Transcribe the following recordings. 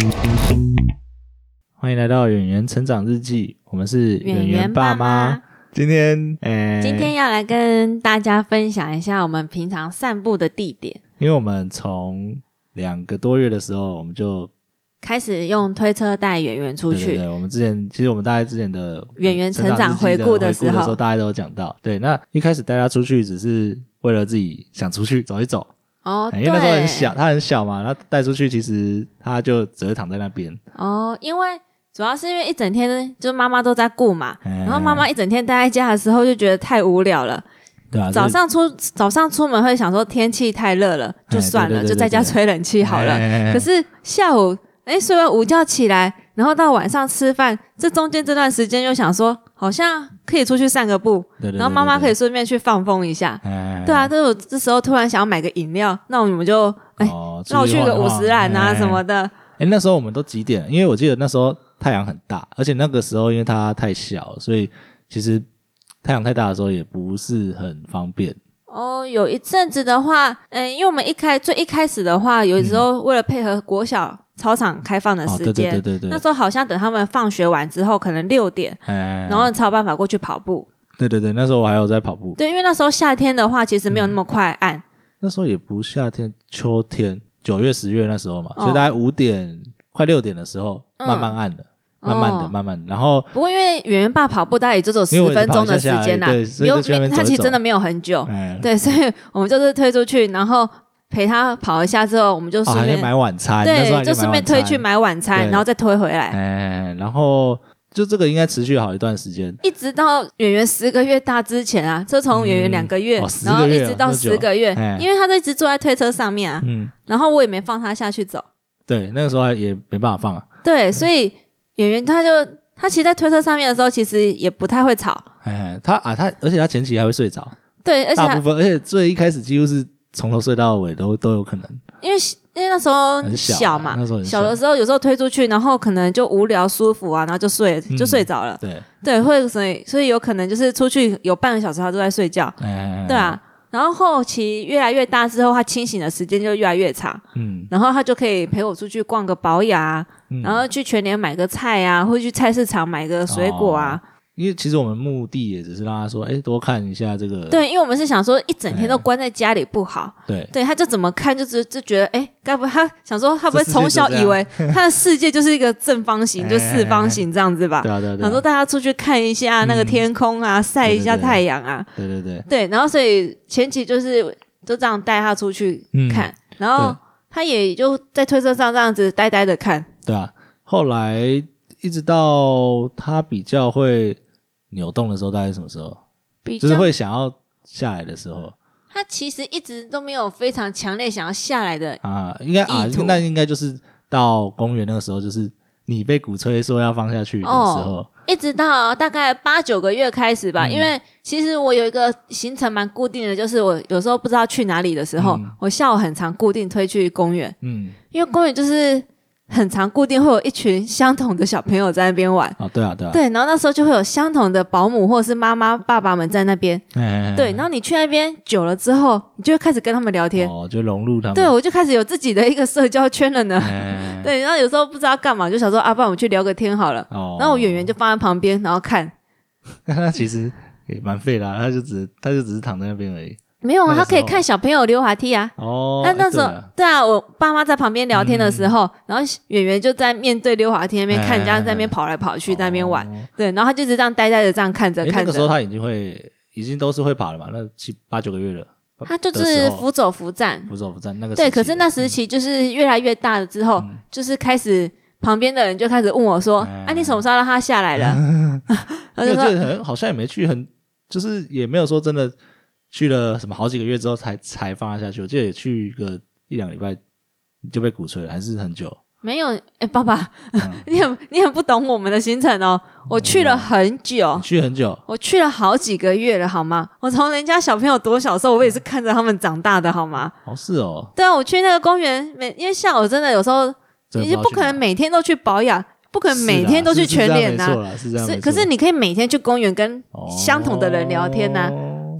欢迎来到圆圆成长日记，我们是圆圆爸妈。今天要来跟大家分享一下我们平常散步的地点。 因为我们从2个多月的时候，我们就开始用推车带圆圆出去。 对，我们大概之前的圆圆成长回顾的时候， 大家都有讲到。对，那一开始带他出去只是为了自己想出去走一走。因为那时候很小，他很小嘛，他带出去其实他就只会躺在那边。因为主要是因为一整天就是妈妈都在顾嘛，然后妈妈一整天待在家的时候就觉得太无聊了。对啊，早上出门会想说天气太热了就算了，就在家吹冷气好了。可是下午睡完午觉起来，然后到晚上吃饭，这中间这段时间又想说好像可以出去散个步，然后妈妈可以顺便去放风一下。对啊，这时候突然想要买个饮料，那我们就那我去个50兰啊什么的。 那时候我们都几点？因为我记得那时候太阳很大，而且那个时候因为它太小，所以其实太阳太大的时候也不是很方便。 有一阵子的话，因为我们最一开始的话，有时候为了配合国小操场开放的时间，对，那时候好像等他们放学完之后，可能6点，然后才有办法过去跑步。对， 那时候我还有在跑步。 对，因为那时候夏天的话，其实没有那么快暗。 那时候也不夏天，秋天，9月、10月那时候嘛，所以大概5点快6点的时候，慢慢暗了。慢慢的，然后不过因为圆圆爸跑步大概也就只有10分钟的时间啦，他其实真的没有很久，对，所以我们就是推出去，然后陪他跑一下之后，我们就顺便买晚餐， 对，就顺便推去买晚餐，然后再推回来， 然后就这个应该持续好一段时间， 一直到圆圆10个月大之前啊，就从圆圆2个月，然后一直到10个月，因为他都一直坐在推车上面啊，然后我也没放他下去走， 对，那个时候也没办法放啊， 对，所以圆圆他其实在推车上面的时候其实也不太会吵， 而且他前期还会睡着， 对，而且最一开始几乎是从头睡到尾都有可能， 因为那时候小嘛，小的时候有时候推出去，然后可能就无聊舒服啊，然后就睡着了，对，所以有可能就是出去有半个小时他都在睡觉，对啊。然后后期越来越大之后，他清醒的时间就越来越长，然后他就可以陪我出去逛个保养，然后去全联买个菜啊，或者去菜市场买个水果啊。 因为其实我们目的也只是让他说，多看一下这个。 对，因为我们是想说一整天都关在家里不好。对，他就怎么看就觉得，该不会他想说他不会从小以为他的世界就是一个正方形，就四方形这样子吧？对，想说带他出去看一下那个天空啊，晒一下太阳啊。对，然后所以前期就这样带他出去看，然后他也就在推车上这样子呆呆的看。 对啊，后来一直到他比较会扭动的时候，大概是什么时候？就是会想要下来的时候。 他其实一直都没有非常强烈想要下来的那应该就是到公园那个时候，就是你被鼓吹说要放下去的时候， 一直到大概8、9个月开始吧。因为其实我有一个行程蛮固定的，就是我有时候不知道去哪里的时候，我下午很常固定推去公园。因为公园就是很常固定会有一群相同的小朋友在那边玩。 对， 然后那时候就会有相同的保姆或者是妈妈爸爸们在那边。对，然后你去那边久了之后，你就会开始跟他们聊天， 就融入他们。 对，我就开始有自己的一个社交圈了呢。对，然后有时候不知道干嘛，就想说不然我们去聊个天好了。然后我圆圆就放在旁边，然后看。 他其实也蛮废的，他就只是躺在那边而已。 没有啊，他可以看小朋友溜滑梯啊。那时候对啊，我爸妈在旁边聊天的时候，然后圆圆就在面对溜滑梯那边看人家在那边跑来跑去，在那边玩。对，然后他就一直这样呆呆的这样看着。 那个时候他已经都是会跑了嘛，那7、8、9个月了。 他就是扶走扶站那个。 对，可是那时期就是越来越大了之后，就是开始旁边的人就开始问我说：“你什么时候让他下来了？” 我觉得好像也没去就是也没有说真的。去了什么好几个月之后才放他下去，我记得也去个1、2礼拜就被鼓吹了，还是很久。 没有，爸爸，你很不懂我们的行程哦。我去了很久，我去了好几个月了，好吗？我从人家小朋友多小时候，我也是看着他们长大的，好吗？ 是哦。 对啊，我去那个公园，因为像我真的有时候，你就不可能每天都去保养。不可能每天都去全联啊， 是这样。 可是你可以每天去公园跟相同的人聊天啊。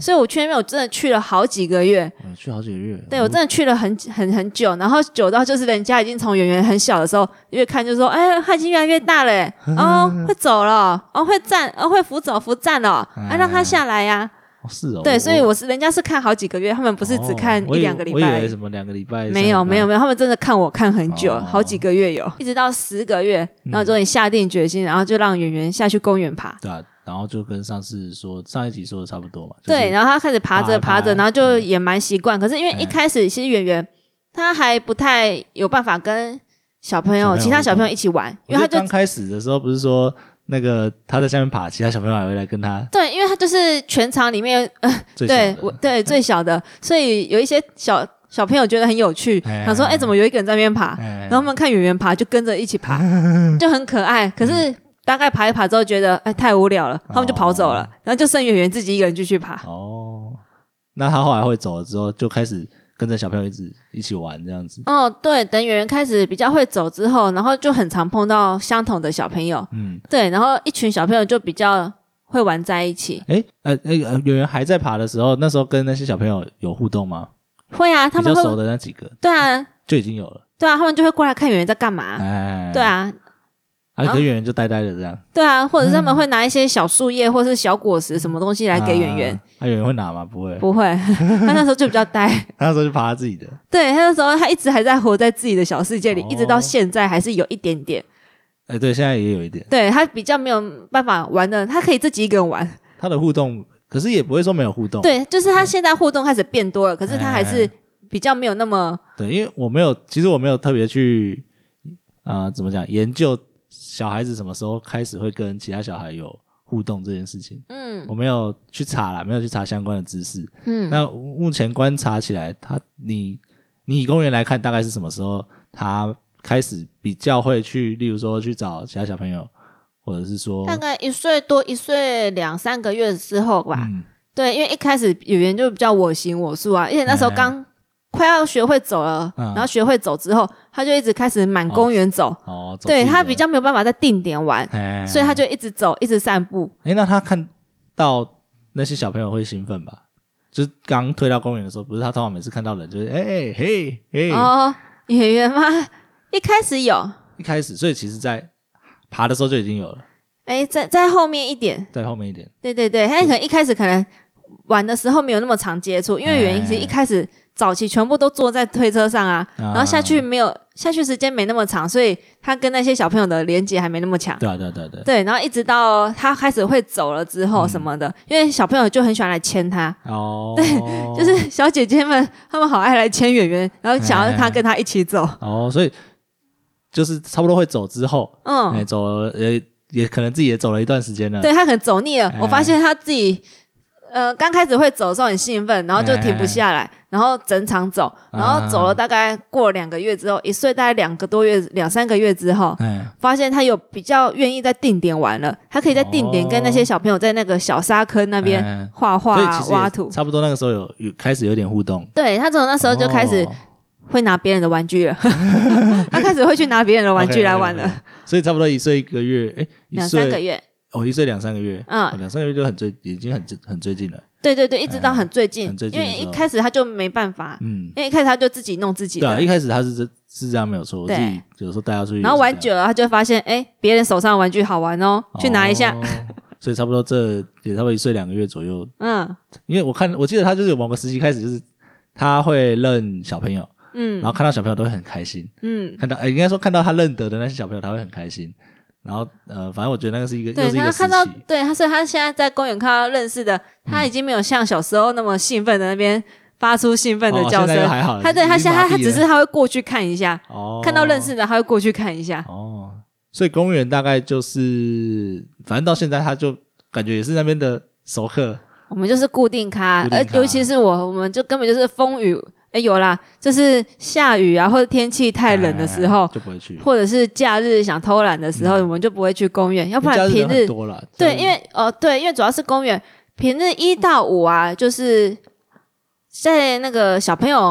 所以我去那边我真的去了好几个月。 去好几个月。 对，我真的去了很久，然后久到就是人家已经从圆圆很小的时候越看就说，哎，他已经越来越大了，哦，会走了，哦，会站，哦，会扶走扶站了，让他下来呀。 是哦， 对，所以人家是看好几个月，他们不是只看1-2个礼拜。 我以为什么2个礼拜？ 没有，他们真的看我看很久，好几个月有，一直到10个月，然后终于下定决心，然后就让圆圆下去公园爬。 对啊，然后就跟上一集说的差不多嘛。 对，然后他开始爬着，然后就也蛮习惯。可是因为一开始其实圆圆他还不太有办法跟其他小朋友一起玩，因为他就刚开始的时候不是说。那个他在下面爬，其他小朋友还会来跟他。 对，因为他就是全场里面最小的，所以有一些小朋友觉得很有趣，想说怎么有一个人在那边爬，然后他们看圆圆爬就跟着一起爬，就很可爱。可是大概爬一爬之后觉得太无聊了，他们就跑走了，然后就剩圆圆自己一个人继续爬。 那他后来会走了之后就开始跟着小朋友一起玩这样子。 对，等圆圆开始比较会走之后，然后就很常碰到相同的小朋友。对，然后一群小朋友就比较会玩在一起。 圆圆还在爬的时候，那时候跟那些小朋友有互动吗？ 会啊，他们比较熟的那几个。 对啊， 就已经有了。 对啊，他们就会过来看圆圆在干嘛。对啊。 跟圆圆就呆呆的这样。 对啊，或者是他们会拿一些小树叶或是小果实什么东西来给圆圆。 圆圆会拿吗？不会， 不会。他那时候就比较呆。 他那时候就爬他自己的。 对，他那时候他一直还在活在自己的小世界里，一直到现在还是有一点点。 对，现在也有一点。 对，他比较没有办法玩的，他可以自己一个人玩。 他的互动，可是也不会说没有互动。 对，就是他现在互动开始变多了，可是他还是比较没有那么。 对，因为其实我没有特别去怎么讲研究。小孩子什么时候开始会跟其他小孩有互动这件事情？我没有去查啦，没有去查相关的知识。那目前观察起来，你以公园来看，大概是什么时候他开始比较会去，例如说去找其他小朋友，或者是说大概1岁多1岁2-3个月之后吧。对，因为一开始圆圆就比较我行我素啊，因为那时候刚快要学会走了，然后学会走之后，他就一直开始满公园走。对，他比较没有办法在定点玩，所以他就一直走，一直散步。 那他看到那些小朋友会兴奋吧？就是刚推到公园的时候，不是他通常每次看到人就是嘿。 圆圆吗？一开始有， 所以其实在爬的时候就已经有了。 在后面一点， 在后面一点。 对，他可能一开始可能玩的时候没有那么常接触，因为圆圆其实一开始。早期全部都坐在推车上啊，然后下去时间没那么长，所以他跟那些小朋友的连结还没那么强。对，然后一直到他开始会走了之后什么的，因为小朋友就很喜欢来牵他。对，就是小姐姐们，他们好爱来牵圆圆，然后想要他跟他一起走。 所以就是差不多会走之后，走了也可能自己也走了一段时间了。 对，他可能走腻了，我发现他自己。刚开始会走的时候很兴奋，然后就停不下来，然后整场走，然后走了大概过了2个月之后，1岁大概2个多月、2-3个月之后，发现他有比较愿意在定点玩了，他可以在定点跟那些小朋友在那个小沙坑那边画画、挖土， 差不多那个时候有开始有点互动。 对，他从那时候就开始会拿别人的玩具了，他开始会去拿别人的玩具来玩了。 所以差不多1岁1个月 ，2-3个月。 1岁2-3个月，2-3个月就已经很最近了。 对，一直到很最近，因为一开始他就没办法，因为一开始他就自己弄自己的。 对，一开始他是这样没有错，我自己有时候带他出去， 然后玩久了，他就发现别人手上的玩具好玩哦，去拿一下。 所以差不多也差不多1岁2个月左右。因为我记得他就是有某个时期开始，就是他会认小朋友，然后看到小朋友都会很开心，看到应该说看到他认得的那些小朋友，他会很开心。然后反正我觉得那个是一个对，他看到他所以他现在在公园看到认识的，他已经没有像小时候那么兴奋的那边发出兴奋的叫声。现在还好了。他现在他只是他会过去看一下，看到认识的他会过去看一下。 所以公园大概就是反正到现在他就感觉也是那边的熟客。 我们就是固定咖，尤其是我们就根本就是风雨。有啦，就是下雨啊，或者天气太冷的时候， 就不会去， 或者是假日想偷懒的时候，我们就不会去公园。要不然平日多了， 对，因为主要是公园平日1到5啊，就是在那个小朋友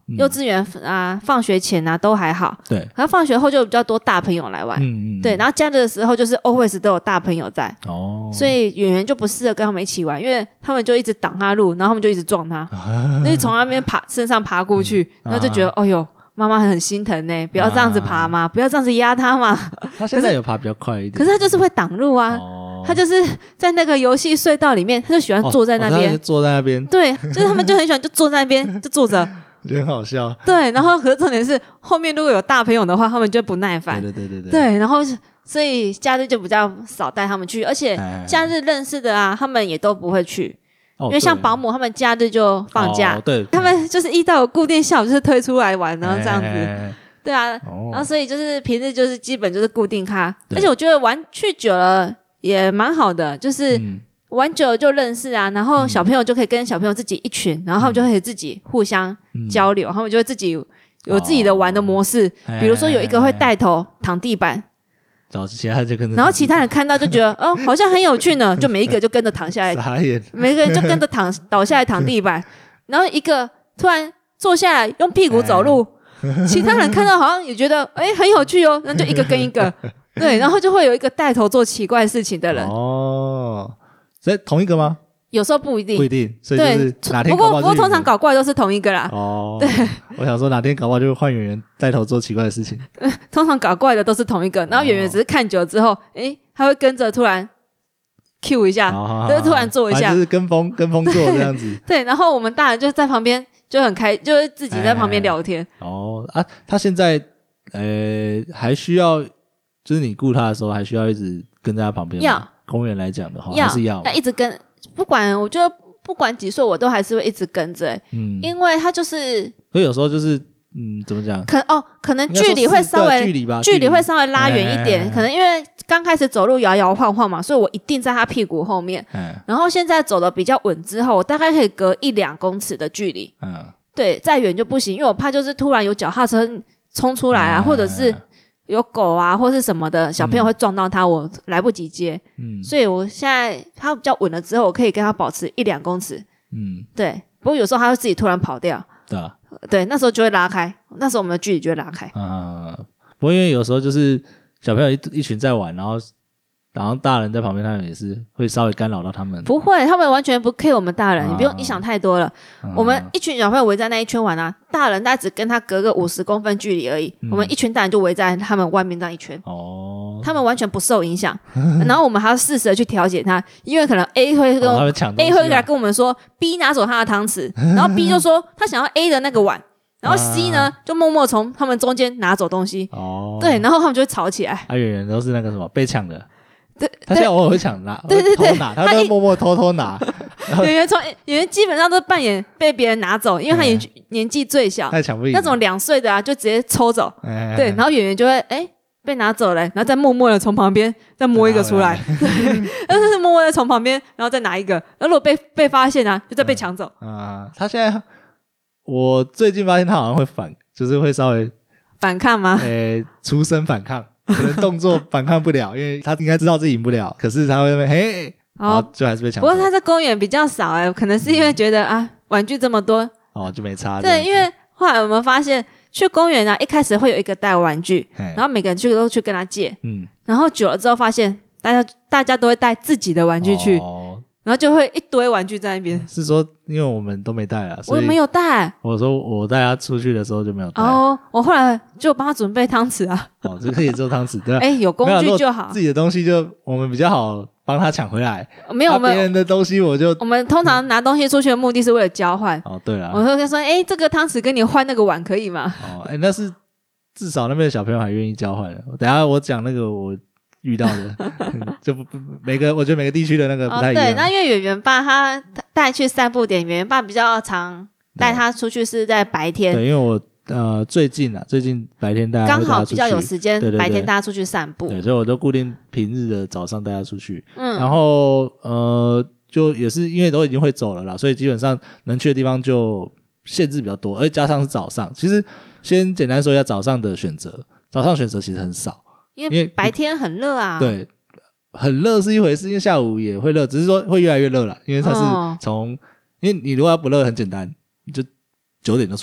幼稚园啊放学前啊都还好， 对， 然后放学后就比较多大朋友来玩，对，然后假日的时候就是 always 都有大朋友在，所以圆圆就不适合跟他们一起玩，因为他们就一直挡他路，然后他们就一直撞他，所以从那边身上爬过去，然后就觉得哦哟，妈妈很心疼呢，不要这样子爬嘛，不要这样子压他嘛。 他现在有爬比较快一点， 可是他就是会挡路啊。他就是在那个游戏隧道里面，他就喜欢坐在那边， 坐在那边。 对，就是他们就很喜欢就坐在那边，就坐着， 很好笑。 对，然后可是重点是后面如果有大朋友的话，他们就不耐烦。对，然后所以假日就比较少带他们去，而且假日认识的啊，他们也都不会去。因为像保姆他们假日就放假， 对， 他们就是一到有固定下午就是推出来玩，然后这样子，对啊，然后所以就是平日就是基本就是固定咖，而且我觉得玩去久了也蛮好的，就是玩久了就认识啊，然后小朋友就可以跟小朋友自己一群，然后他们就可以自己互相交流，他们就会自己有自己的玩的模式，比如说有一个会带头躺地板。然后其他人看到就觉得哦，好像很有趣呢，就每一个就跟着躺下来，每一个人就跟着倒下来躺地板，然后一个突然坐下来用屁股走路，其他人看到好像也觉得很有趣哦，那就一个跟一个，对，然后就会有一个带头做奇怪事情的人。 所以同一个吗？ 有时候不一定， 所以就是哪天不过通常搞怪都是同一个啦。 对，我想说哪天搞怪就换圆圆带头做奇怪的事情。 通常搞怪的都是同一个，然后圆圆只是看久了之后，他会跟着突然 Q 一下，就是突然做一下， 就是跟风做这样子。 对，然后我们大人就在旁边就很就是自己在旁边聊天。 他现在还需要，就是你顾他的时候还需要一直跟在他旁边吗？要公园来讲的话，还是要一直跟。我觉得不管几岁，我都还是会一直跟着，因为他就是， 所以有时候就是怎么讲？ 可能距离会稍微距离会稍微拉远一点，可能因为刚开始走路摇摇晃晃嘛，所以我一定在他屁股后面。然后现在走的比较稳之后，我大概可以隔1-2公尺的距离。对，再远就不行，因为我怕就是突然有脚踏车冲出来啊，或者是有狗啊或是什么的小朋友会撞到他，我来不及接。所以我现在他比较稳了之后，我可以跟他保持1-2公尺。对，不过有时候他会自己突然跑掉。对，那时候就会拉开，那时候我们的距离就会拉开。 不过因为有时候就是小朋友一群在玩，然后大人在旁边，他们也是会稍微干扰到他们。 不会，他们完全不 care 我们大人，你不用想太多了。我们一群小朋友围在那一圈玩啊，大人大概只跟他隔个50公分距离而已。我们一群大人就围在他们外面这样一圈。他们完全不受影响。然后我们还要适时的去调解他，因为可能 A 会来跟我们说 B 拿走他的汤匙，然后 B 就说他想要 A 的那个碗。然后 C 呢，就默默从他们中间拿走东西。对，然后他们就会吵起来。 圆圆都是那个什么被抢的。 对， 他现在偶尔会抢拿，对，偷拿，他都默默偷拿。 圆圆基本上都扮演被别人拿走，因为他年纪最小， 他抢不赢。 那种2岁的啊，就直接抽走。对，然后圆圆就会被拿走了，然后再默默的从旁边再摸一个出来，但是默默的从旁边，然后再拿一个。然后如果被发现啊，就再被抢走。 他现在我最近发现他好像会就是会稍微反抗吗？ 出声反抗。可能动作反抗不了，因为他应该知道自己赢不了，可是他会然后就还是被抢走。 不过他在公园比较少可能是因为觉得玩具这么多就没差。 对，因为后来我们发现去公园啊，一开始会有一个带玩具，然后每个人都去跟他借，然后久了之后发现大家都会带自己的玩具去。然后就会一堆玩具在那边。 是说因为我们都没带我没有带。 我说我带他出去的时候就没有带。 我后来就帮他准备汤匙啊。 这个也只有汤匙，对吧？ 有工具就好。 自己的东西就我们比较好帮他抢回来。 没有， 别人的东西我们通常拿东西出去的目的是为了交换。 对了， 我会跟他说，这个汤匙跟你换那个碗可以吗？ 那是至少那边的小朋友还愿意交换的。等一下我讲那个我遇到的就我觉得每个地区的那个不太一样。 对，那因为圆圆爸他带去散步点，圆圆爸比较常带他出去是在白天。 对，因为我最近白天大家刚好比较有时间， 对白天大家出去散步。 对，所以我都固定平日的早上带他出去。然后就也是因为都已经会走了啦，所以基本上能去的地方就限制比较多，而且加上是早上。其实先简单说一下早上的选择，早上选择其实很少。 因为白天很热啊。 对，很热是一回事，因为下午也会热，只是说会越来越热了。因为它是因为你如果要不热很简单，你就9点就出门，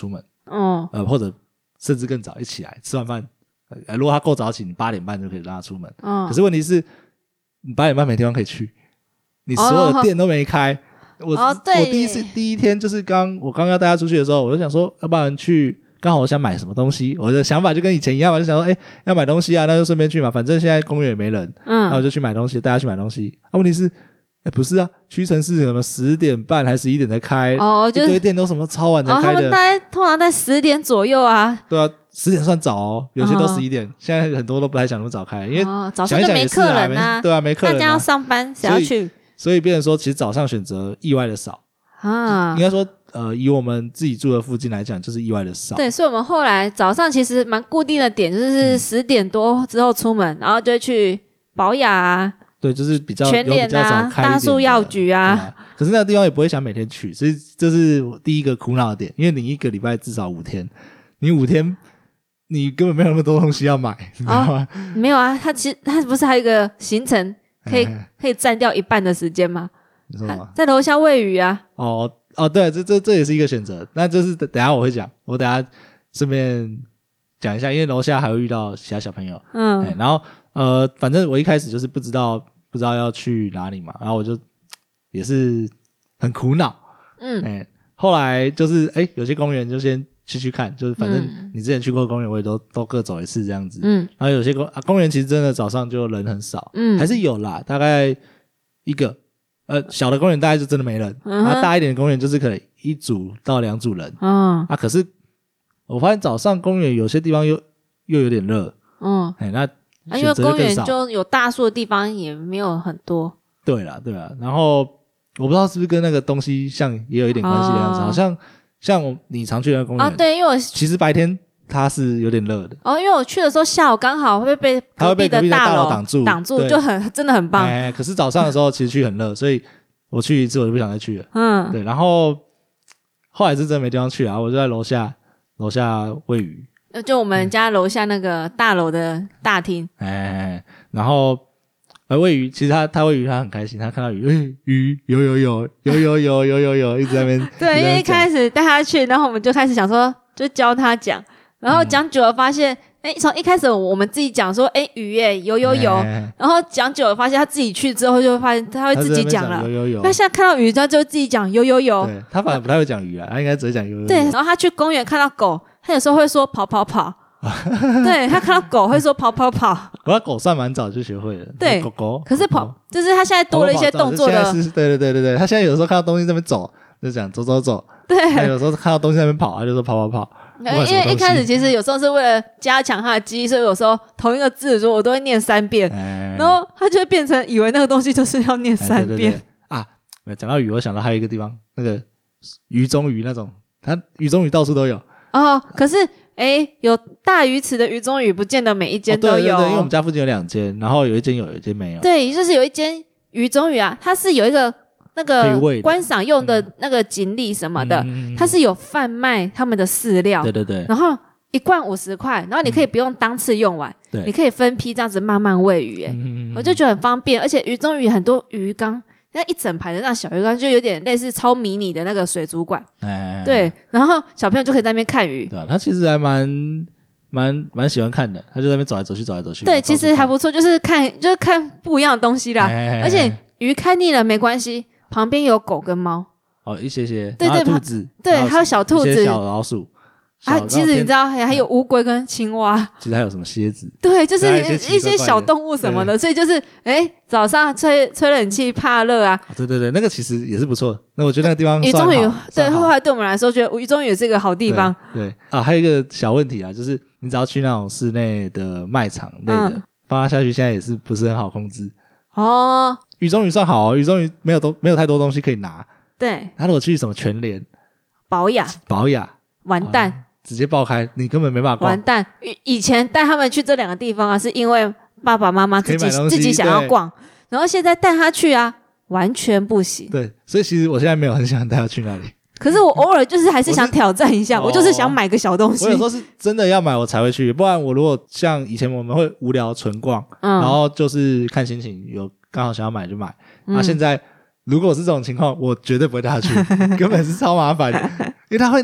或者甚至更早一起来吃完饭，如果他够早起，你8点半就可以让他出门。可是问题是，你8点半没地方可以去，你所有的店都没开。我第一天就是我刚要带他出去的时候，我就想说，要不然去，刚好我想买什么东西，我的想法就跟以前一样嘛，就想说，要买东西啊，那就顺便去嘛，反正现在公园也没人，那我就去买东西，带他去买东西。问题是，不是啊，屈臣氏什么10点半还11点才开，一堆店都什么超晚才开的， 他们通常在10点左右啊。 对啊，10点算早哦，有些都11点，现在很多都不太想那么早开，因为早上就没客人啊， 对啊，没客人， 大家要上班，谁要去？ 所以变成说，其实早上选择意外的少应该说，以我们自己住的附近来讲，就是意外的少。 对，所以我们后来早上其实蛮固定的点，就是10点多之后出门，然后就会去宝雅啊， 对，就是比较全联啊、大树药局啊。 可是那个地方也不会想每天去，所以这是我第一个苦恼的点，因为你一个礼拜至少5天，你5天你根本没有那么多东西要买，你知道吗？ 没有啊，它不是还有一个行程可以占掉一半的时间吗？ 你说吗？ 在楼下喂鱼啊。 对，这也是一个选择。那就是等一下我会讲，我等一下顺便讲一下，因为楼下还会遇到其他小朋友。然后反正我一开始就是不知道要去哪里嘛，然后我就也是很苦恼。后来就是有些公园就先去看，就是反正你之前去过的公园我也都各走一次这样子。然后有些公园其实真的早上就人很少，还是有啦，大概一个小的公园大概就真的没人，大一点的公园就是可能1组到2组人。可是我发现早上公园有些地方又有点热。那因为公园就有大树的地方也没有很多。 对啦，然后我不知道是不是跟那个东西像也有一点关系的样子，好像你常去的那个公园对，因为我其实白天它是有点热的因为我去的时候下午刚好会被隔壁的大楼挡住，就真的很棒。 可是早上的时候其实去很热，所以我去一次我就不想再去了。对，然后后来是真的没地方去啊，我就在楼下喂鱼， 就我们家楼下那个大楼的大厅。 然后喂鱼，其实他喂鱼他很开心，他看到鱼，鱼有，一直在那边。 对，因为一开始带他去，然后我们就开始想说，就教他讲，然后讲久了发现，从一开始我们自己讲说，鱼有，然后讲久了发现他自己去之后就会发现他会自己讲了， 有。 他现在看到鱼他就自己讲有。 对，他反而不太会讲鱼啊，他应该只会讲有。 对，然后他去公园看到狗，他有时候会说跑。对，他看到狗会说跑。 我狗算蛮早就学会了。 对， 狗可是就是他现在多了一些动作的。 对，他现在有时候看到东西在那边走，就讲走。 对， 他有时候看到东西在那边跑，他就说跑。 因为一开始其实有时候是为了加强他的记忆，所以有时候同一个字的时候我都会念3遍，然后他就会变成以为那个东西就是要念3遍。 讲到鱼，我想到还有一个地方，那个鱼中鱼那种，它鱼中鱼到处都有。 可是有大鱼池的鱼中鱼不见得每一间都有。对， 因为我们家附近有2间，然后有一间有，有一间没有。 对，就是有一间鱼中鱼啊，它是有一个那个观赏用的那个锦鲤什么的，它是有贩卖他们的饲料。 对。 然后一罐50块，然后你可以不用当次用完，你可以分批这样子慢慢喂鱼。我就觉得很方便，而且鱼中鱼很多鱼缸。那一整排的那小鱼缸就有点类似超迷你的那个水族馆。对，然后小朋友就可以在那边看鱼。 对，他其实还蛮喜欢看的，他就在那边走来走去。 对，其实还不错，就是看不一样的东西啦。而且鱼看腻了没关系，旁边有狗跟猫。 一些。 对， 兔子。 对，还有小兔子、 小老鼠。 其实你知道还有乌龟跟青蛙， 其实还有什么蝎子。 对，就是一些小动物什么的，所以就是早上吹冷气怕热啊。 对，那个其实也是不错。那我觉得那个地方鱼中鱼，对，后来对我们来说觉得鱼中鱼也是一个好地方。 对还有一个小问题啊，就是你只要去那种室内的卖场类的，放它下去现在也是不是很好控制。鱼中鱼算好鱼中鱼没有太多东西可以拿。 对， 他如果去什么全联、 宝雅，完蛋。 直接爆开，你根本没办法逛。 完蛋！以前带他们去这2个地方啊，是因为爸爸妈妈自己想要逛，然后现在带他去啊，完全不行。 对，所以其实我现在没有很想带他去那里。 可是我偶尔就是还是想挑战一下，我就是想买个小东西。 我有时候是真的要买我才会去，不然我如果像以前我们会无聊纯逛，然后就是看心情，有刚好想要买就买。现在如果是这种情况，我绝对不会带他去，根本是超麻烦，因为他会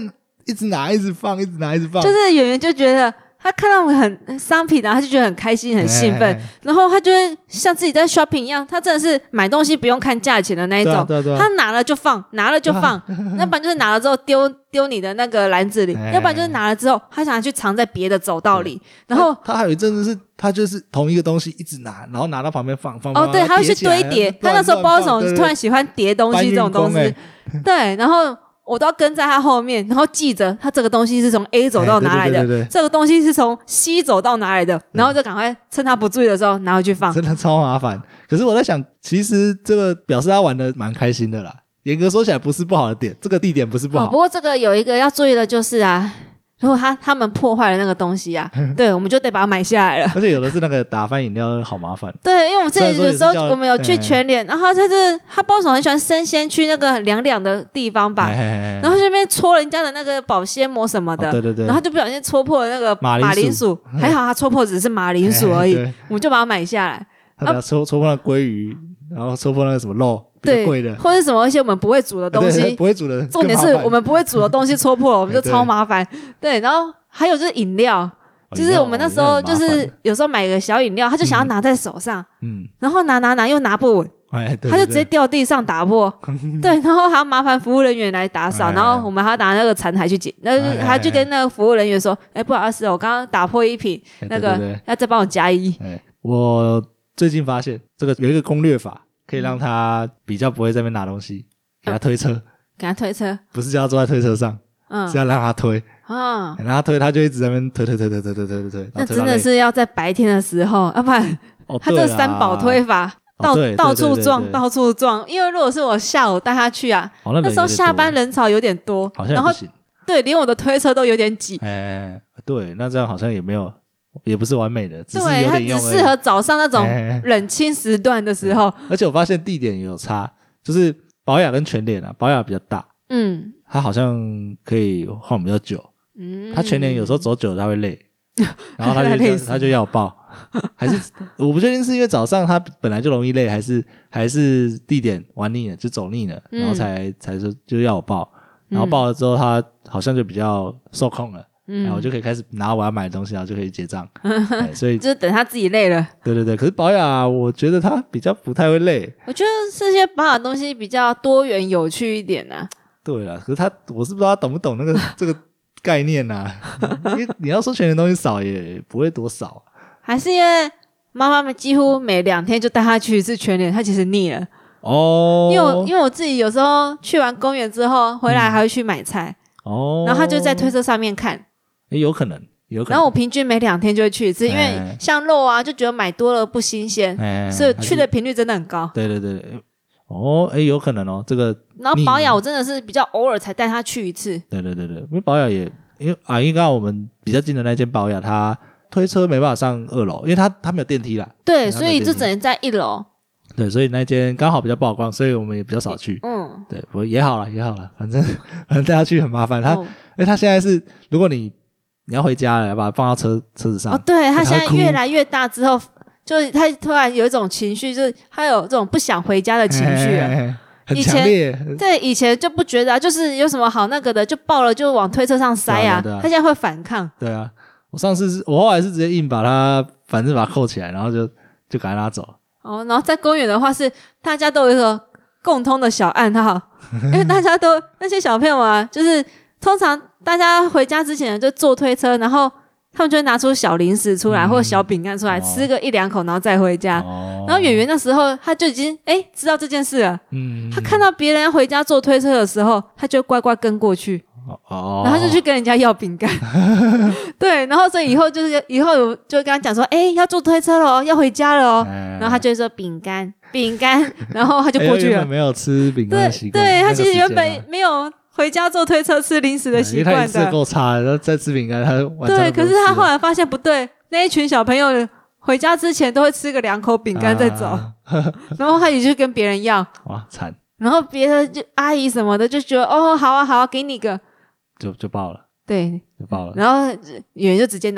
一直拿一直放，一直拿一直放， 就是演员就觉得他看到很商品，然后他就觉得很开心很兴奋，然后他就会像自己在 shopping 一样，他真的是买东西不用看价钱的那一种，他拿了就放，拿了就放，要不然就是拿了之后丢你的那个篮子里，要不然就是拿了之后他想要去藏在别的走道里，然后他还有一阵子是他就是同一个东西一直拿，然后拿到旁边放对，他会去堆叠，他那时候不知道为什么突然喜欢叠东西这种东西，对，然后我都要跟在他后面，然后记着他这个东西是从 A 走道拿来的，这个东西是从 C 走道拿来的，然后就赶快趁他不注意的时候拿回去放， 真的超麻烦。可是我在想，其实这个表示他玩的蛮开心的啦，严格说起来不是不好的点，这个地点不是不好。 不过这个有一个要注意的就是啊，如果他们破坏了那个东西啊，对，我们就得把它买下来了。 而且有的是那个打翻饮料，好麻烦。 对，因为我们之前有时候我们有去全联，然后他包总很喜欢生鲜区那个凉凉的地方吧，然后这边戳人家的那个保鲜膜什么的，对，然后就不小心戳破了那个马铃薯，还好他戳破只是马铃薯而已，我们就把它买下来。 他戳破那鲑鱼，然后戳破那个什么肉。 对， 贵的或者什么一些我们不会煮的东西， 不会煮的， 重点是我们不会煮的东西戳破了，我们就超麻烦。对，然后还有就是饮料，就是我们那时候就是有时候买个小饮料，他就想要拿在手上，然后拿又拿不稳，他就直接掉地上打破，对，然后还要麻烦服务人员来打扫，然后我们还要拿那个残骸去捡，还去跟那个服务人员说，不好意思，我刚刚打破一瓶，那个要再帮我加一。 我最近发现这个有一个攻略法。可以让他比较不会在那边拿东西，给他推车，不是叫他坐在推车上，是要让他推啊，让他推，他就一直在那边推。 那真的是要在白天的时候，要不然他这三宝推法到处撞，到处撞。因为如果是我下午带他去啊，那时候下班人潮有点多，然后对，连我的推车都有点挤。 对，那这样好像也没有。也不是完美的，只是对，它只适合早上那种冷清时段的时候。 而且我发现地点也有差，就是宝雅跟全联啊，宝雅比较大，它好像可以晃比较久，它全联有时候走久了它会累，然后它就要抱，还是我不确定是因为早上它本来就容易累，还是地点玩腻了就走腻了，然后才说就要我抱，然后抱了之后它好像就比较受控了。然后我就可以开始拿我要买的东西，然后就可以结账。所以就是等他自己累了。 对，可是宝雅我觉得他比较不太会累。 我觉得这些宝雅东西比较多元有趣一点啊。 对啦，可是我是不知道他懂不懂这个概念啊。因为你要说全年东西少也不会多少， 还是因为妈妈们几乎每2天就带他去一次全联，他其实腻了。因为我自己有时候去完公园之后回来还会去买菜，然后他就在推车上面看。 有可能。 然后我平均每2天就会去一次，因为像肉啊，就觉得买多了不新鲜，所以去的频率真的很高。 对，有可能哦，这个。 然后宝雅我真的是比较偶尔才带他去一次。 对，因为宝雅也因为刚刚我们比较近的那间宝雅，它推车没办法上2楼，因为它没有电梯啦。 对，所以就只能在1楼。 对，所以那间刚好比较不好逛，所以我们也比较少去。对，不过也好了，反正带他去很麻烦。他现在是如果你要回家了，要把它放到车子上。 对，他现在越来越大之后，就是他突然有一种情绪，就是他有这种不想回家的情绪了。 很强烈。 对，以前就不觉得就是有什么好那个的，就抱了就往推车上塞啊。他现在会反抗。 对啊，我后来是直接硬把它，反正把它扣起来，然后就赶快拉走。 然后在公园的话是大家都有一个共通的小暗号，因为大家都那些小朋友啊，就是通常大家回家之前就坐推车，然后他们就会拿出小零食出来，或者小饼干出来，吃个1-2口，然后再回家。然后圆圆那时候他就已经知道这件事了，他看到别人要回家坐推车的时候，他就乖乖跟过去。然后他就去跟人家要饼干。对，然后所以以后就跟他讲说，要坐推车了，要回家了哦。然后他就会说饼干，然后他就过去了。 原本没有吃饼干的习惯。 对，他其实原本没有回家坐推车吃零食的习惯的。 他也是够差的，然后再吃饼干，他晚上对，可是他后来发现不对，那一群小朋友回家之前都会吃个2口饼干再走，然后他也就跟别人要。 哇，惨！ 然后别的就阿姨什么的就觉得好啊，给你个。 就爆了。 对， 就爆了。 然后圆圆就直接拿。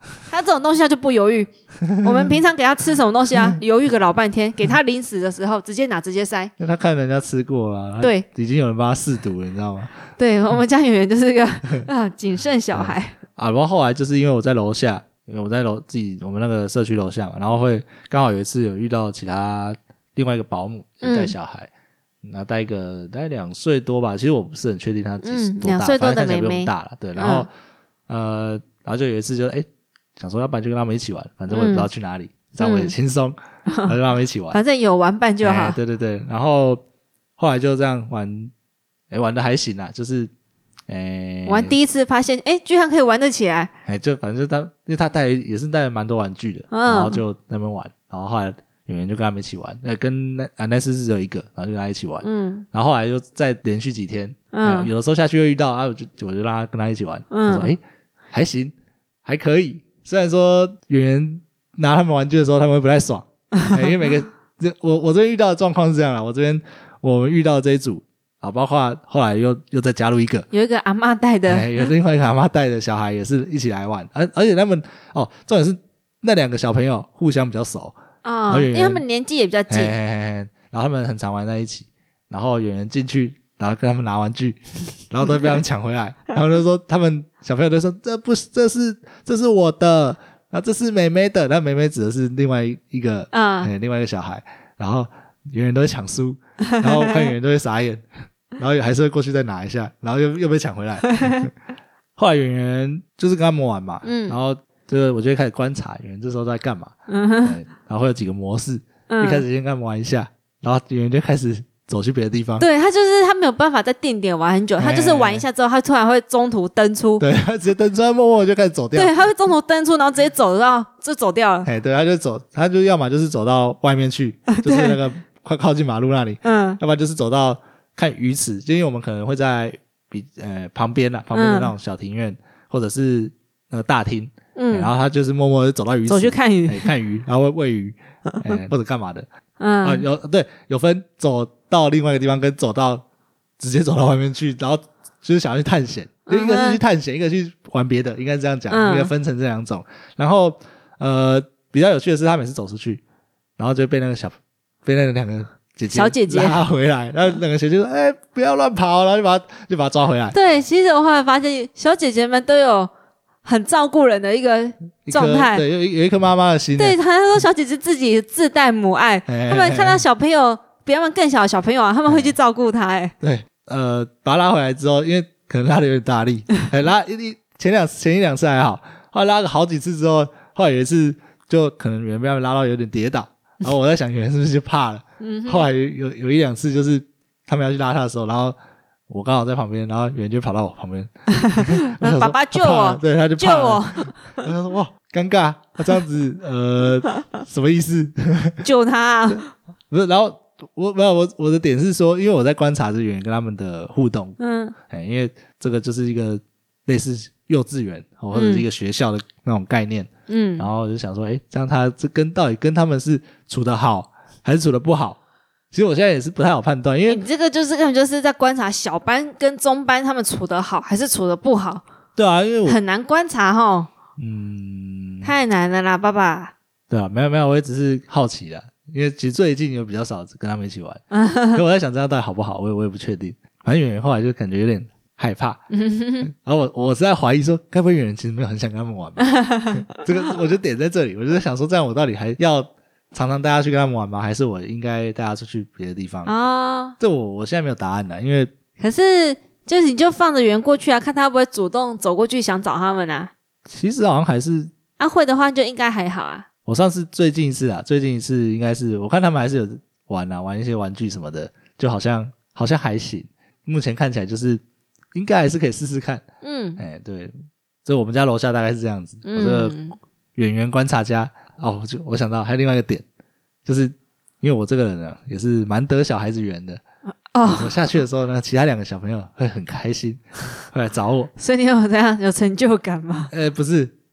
他这种东西他就不犹豫。我们平常给他吃什么东西啊，犹豫个老半天。给他零食的时候，直接拿直接塞。 因为他看人家吃过了， 对， 已经有人帮他试毒了，你知道吗？ 对，我们家圆圆就是一个谨慎小孩啊。然后后来就是因为我在楼下，因为我在我们那个社区楼下嘛，然后会刚好有一次有遇到其他另外一个保姆带小孩，然后带一个大概2岁多吧，其实我不是很确定他几岁多大，2岁多的妹妹大了，对，然后然后就有一次就想说要不然就跟他们一起玩，反正我也不知道去哪里，这样我也轻松，然后就跟他们一起玩， 反正有玩伴就好。 对对对，然后后来就这样玩，玩的还行啦，就是玩第一次发现居然可以玩得起来， 就反正就他因为他也是带了蛮多玩具的，然后就在那边玩，然后后来圆圆就跟他们一起玩，跟那次只有一个，然后就跟他一起玩，然后后来就再连续几天，有的时候下去会遇到我就让他跟他一起玩，我说还行还可以，虽然说圆圆拿他们玩具的时候他们会不太爽，因为每个我这边遇到的状况是这样啦，我们遇到的这一组包括后来又再加入一个， 有一个阿嬷带的， 有另外一个阿嬷带的小孩也是一起来玩，而且他们重点是那2个小朋友互相比较熟因为他们年纪也比较近， 然后他们很常玩在一起，然后有人进去然后跟他们拿玩具，然后都被他们抢回来，然后就说他们小朋友都说这是我的，然后这是妹妹的，那妹妹指的是另外一个另外一个小孩，然后圆圆都会抢输，然后看圆圆都会傻眼，然后还是会过去再拿一下，然后又被抢回来。后来圆圆就是跟他们玩嘛，然后我就会开始观察圆圆这时候在干嘛，然后会有几个模式，一开始先跟他们玩一下，然后圆圆就开始走去别的地方。 对，他没有办法在定点玩很久，他就是玩一下之后他突然会中途登出， 对，他直接登出，他默默就开始走掉。 对，他会中途登出然后直接走掉了。 对，他就要么就是走到外面去，就是那个快靠近马路那里，要不然就是走到看鱼池，因为我们可能会在旁边的那种小庭院或者是那个大厅，然后他就是默默地走到鱼池， 走去看鱼， 看鱼，然后会喂鱼，或者干嘛的，有分走到另外一个地方跟直接走到外面去，然后就是想要去探险，一个是去探险，一个去玩别的，应该是这样讲，应该分成这2种。然后比较有趣的是他每次走出去，然后就被那2个小姐姐拉回来，然后2个小姐姐说不要乱跑，然后就把他抓回来。 对，其实我后来发现小姐姐们都有很照顾人的一个状态， 对，有一颗妈妈的心。 对，他说小姐姐自己自带母爱，他们看到小朋友比他们更小的小朋友他们会去照顾他。 对，把他拉回来之后，因为可能拉的有点大力，拉前一两次还好，后来拉了好几次之后，后来有一次就可能被他们拉到有点跌倒，然后我在想圆圆是不是就怕了，后来有1-2次就是他们要去拉他的时候，然后我刚好在旁边，然后圆圆就跑到我旁边， 爸爸救我， 对，他就救我， 他说哇尴尬，他这样子什么意思？ 救他不是，然后我的点是说，因为我在观察着圆圆跟他们的互动，因为这个就是一个类似幼稚园或者是一个学校的那种概念，然后我就想说这样他到底跟他们是处得好还是处得不好，其实我现在也是不太好判断，因为你这个根本就是在观察小班跟中班他们处得好还是处得不好。 对啊，因为很难观察齁，太难了啦爸爸。 对啊，没有，我也只是好奇啦，因为其实最近有比较少跟他们一起玩，所以我在想这样到底好不好，我也不确定。反正圆圆后来就感觉有点害怕，然后我是在怀疑说，该不会圆圆其实没有很想跟他们玩吧？这个我就点在这里，我就在想说，这样我到底还要常常带他去跟他们玩吗？还是我应该带他出去别的地方？这我现在没有答案的，因为可是就是你就放着圆圆过去啊，看他会不会主动走过去想找他们啊？ 其实好像还是会的话就应该还好啊。 我上次最近一次应该是我看他们还是有玩一些玩具什么的，就好像还行。目前看起来就是应该还是可以试试看。对，这我们家楼下大概是这样子。我这个圆圆观察家我想到还有另外一个点，就是因为我这个人呢也是蛮得小孩子缘的。我下去的时候呢，其他2个小朋友会很开心，会来找我。 所以你有这样有成就感吗？ 不是，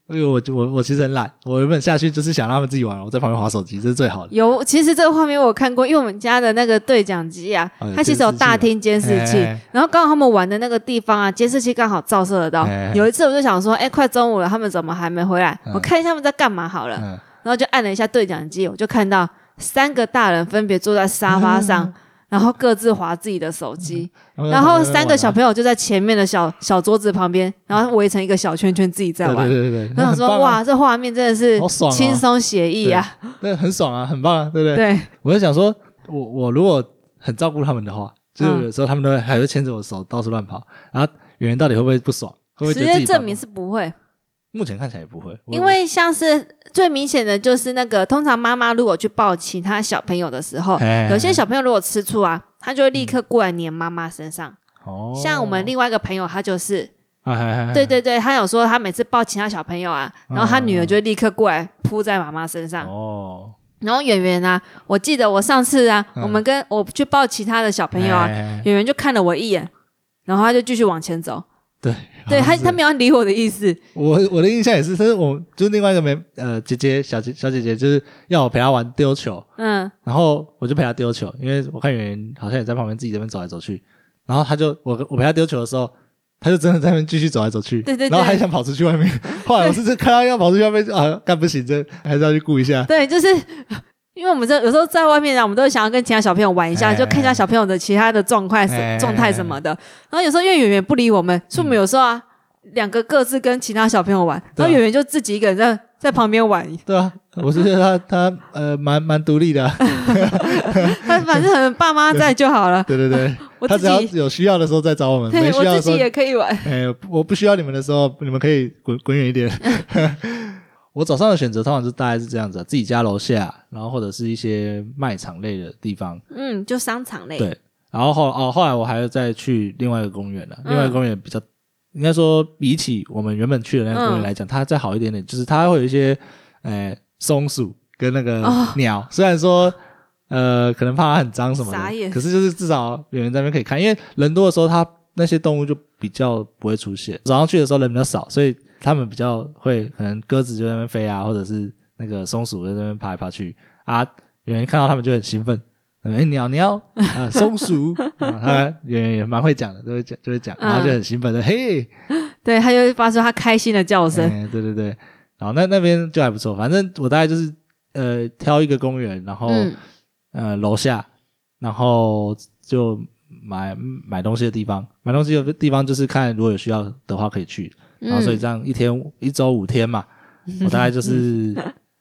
因为我其实很懒，我原本下去就是想让他们自己玩，我在旁边滑手机，这是最好的。 有，其实这个画面我有看过，因为我们家的那个对讲机啊，它其实有大厅监视器，然后刚好他们玩的那个地方啊，监视器刚好照射得到。有一次我就想说，快中午了，他们怎么还没回来？我看一下他们在干嘛好了，然后就按了一下对讲机，我就看到3个大人分别坐在沙发上。然后各自滑自己的手机，然后3个小朋友就在前面的小桌子旁边，然后围成一个小圈圈自己在玩。 对。 然后说哇，这画面真的是轻松写意啊， 对，很爽啊，很棒啊，对不对？ 对， 我就想说，我如果很照顾他们的话，就是有时候他们还会牵着我手到处乱跑，然后圆圆到底会不会不爽？会不会觉得自己实验证明是不会。 目前看起来也不会， 因为像是最明显的就是那个，通常妈妈如果去抱其他小朋友的时候，有些小朋友如果吃醋啊，他就会立刻过来黏妈妈身上。像我们另外一个朋友，他就是，对，他有说他每次抱其他小朋友啊，然后他女儿就会立刻过来扑在妈妈身上。然后圆圆啊，我记得我上次啊，我去抱其他的小朋友啊，圆圆就看了我一眼，然后他就继续往前走。对，他没有理我的意思。 我的印象也是，就是就是另外一个姐姐小姐姐，就是要我陪她玩丢球，然后我就陪她丢球，因为我看圆圆好像也在旁边自己这边走来走去，然后我陪她丢球的时候，她就真的在那边继续走来走去， 对， 然后还想跑出去外面。后来我是看她要跑出去外面，干不行，这还是要去顾一下。 对，就是。因为我们有时候在外面啊，我们都会想要跟其他小朋友玩一下，就看一下小朋友的其他的状态什么的。然后有时候因为圆圆不理我们，所以我们有时候啊，2个各自跟其他小朋友玩，然后圆圆就自己一个人在旁边玩。 对啊，我是觉得他蛮独立的。 他反正很爸妈在就好了。 对，他只要有需要的时候再找我们，没需要的时候我自己也可以玩。 我不需要你们的时候，你们可以滚远一点。我早上的选择通常大概是这样子，自己家楼下，然后或者是一些卖场类的地方， 就商场类。 对，然后后来我还要再去另外一个公园了，另外一个公园比较，应该说比起我们原本去的那个公园来讲，它再好一点点，就是它会有一些松鼠跟那个鸟，虽然说可能怕它很脏什么的，可是就是至少有人在那边可以看，因为人多的时候，它那些动物就比较不会出现。早上去的时候人比较少，所以他们比较会，可能鸽子就在那边飞啊，或者是那个松鼠在那边爬来爬去啊。有人看到他们就很兴奋，鸟啊，松鼠啊，他也蛮会讲的，就会讲，然后就很兴奋的嘿， 对，他就会发出他开心的叫声。 对，然后那边就还不错，反正我大概就是挑一个公园，然后楼下，然后就买东西的地方，买东西的地方就是看如果有需要的话可以去。然后所以这样一周5天嘛，我大概就是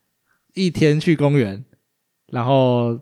1天去公园，然后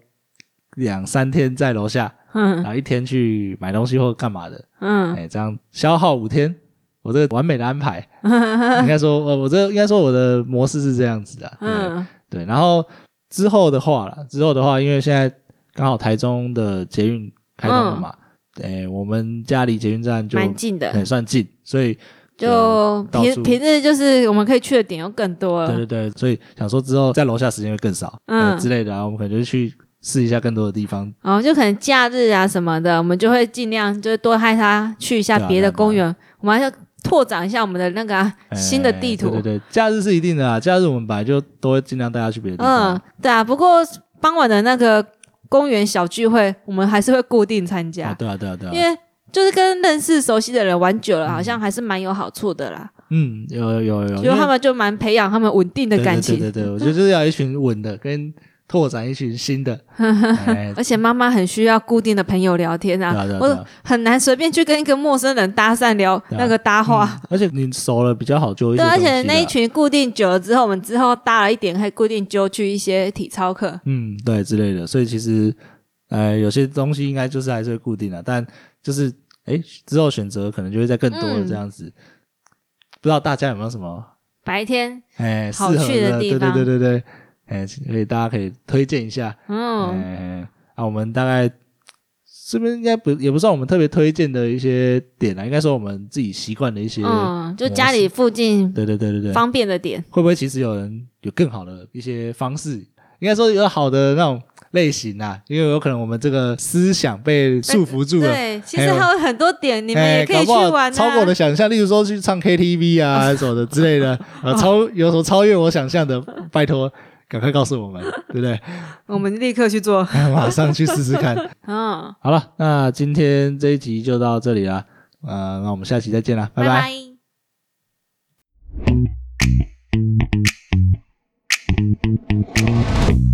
2-3天在楼下，然后1天去买东西或干嘛的，这样消耗5天，我这个完美的安排。应该说我的模式是这样子的，对。然后之后的话，因为现在刚好台中的捷运开通了嘛，我们家离捷运站就蛮近的， 算近，所以。 就平日就是我们可以去的点又更多了， 对，所以想说之后在楼下时间会更少，之类的，然后我们可能就去试一下更多的地方。 就可能假日啊什么的，我们就会尽量就是多害他去一下别的公园，我们还要拓展一下我们的那个新的地图。 对，假日是一定的啊，假日我们本来就都会尽量带他去别的地方。 对啊，不过傍晚的那个公园小聚会，我们还是会固定参加。 对啊， 因为。就是跟认识熟悉的人玩久了，好像还是蛮有好处的啦。 有， 就他们就蛮培养他们稳定的感情。 对，我觉得就是要一群稳的，跟拓展一群新的。 而且妈妈很需要固定的朋友聊天啊，我很难随便去跟一个陌生人搭讪聊那个搭话。 而且你熟了比较好揪一些东西。 对，而且那一群固定久了之后，我们之后大了一点，可以固定揪去一些体操课。 对之类的。所以其实有些东西应该就是还是会固定的，但就是之后选择可能就会再更多的这样子。不知道大家有没有什么白天好去的地方？ 对，所以大家可以推荐一下。我们大概这边应该也不算我们特别推荐的一些点啦，应该说我们自己习惯的一些就家里附近对方便的点。 会不会其实有人有更好的一些方式？应该说有好的那种类型啊，因为有可能我们这个思想被束缚住了。 对，其实还有很多点你们也可以去玩超过我的想象，例如说去唱 KTV 啊什么的之类的，有什么超越我想象的，拜托赶快告诉我们，对不对？ 我们立刻去做， 马上去试试看。好了，那今天这一集就到这里了，那我们下期再见了，拜拜。 拜拜。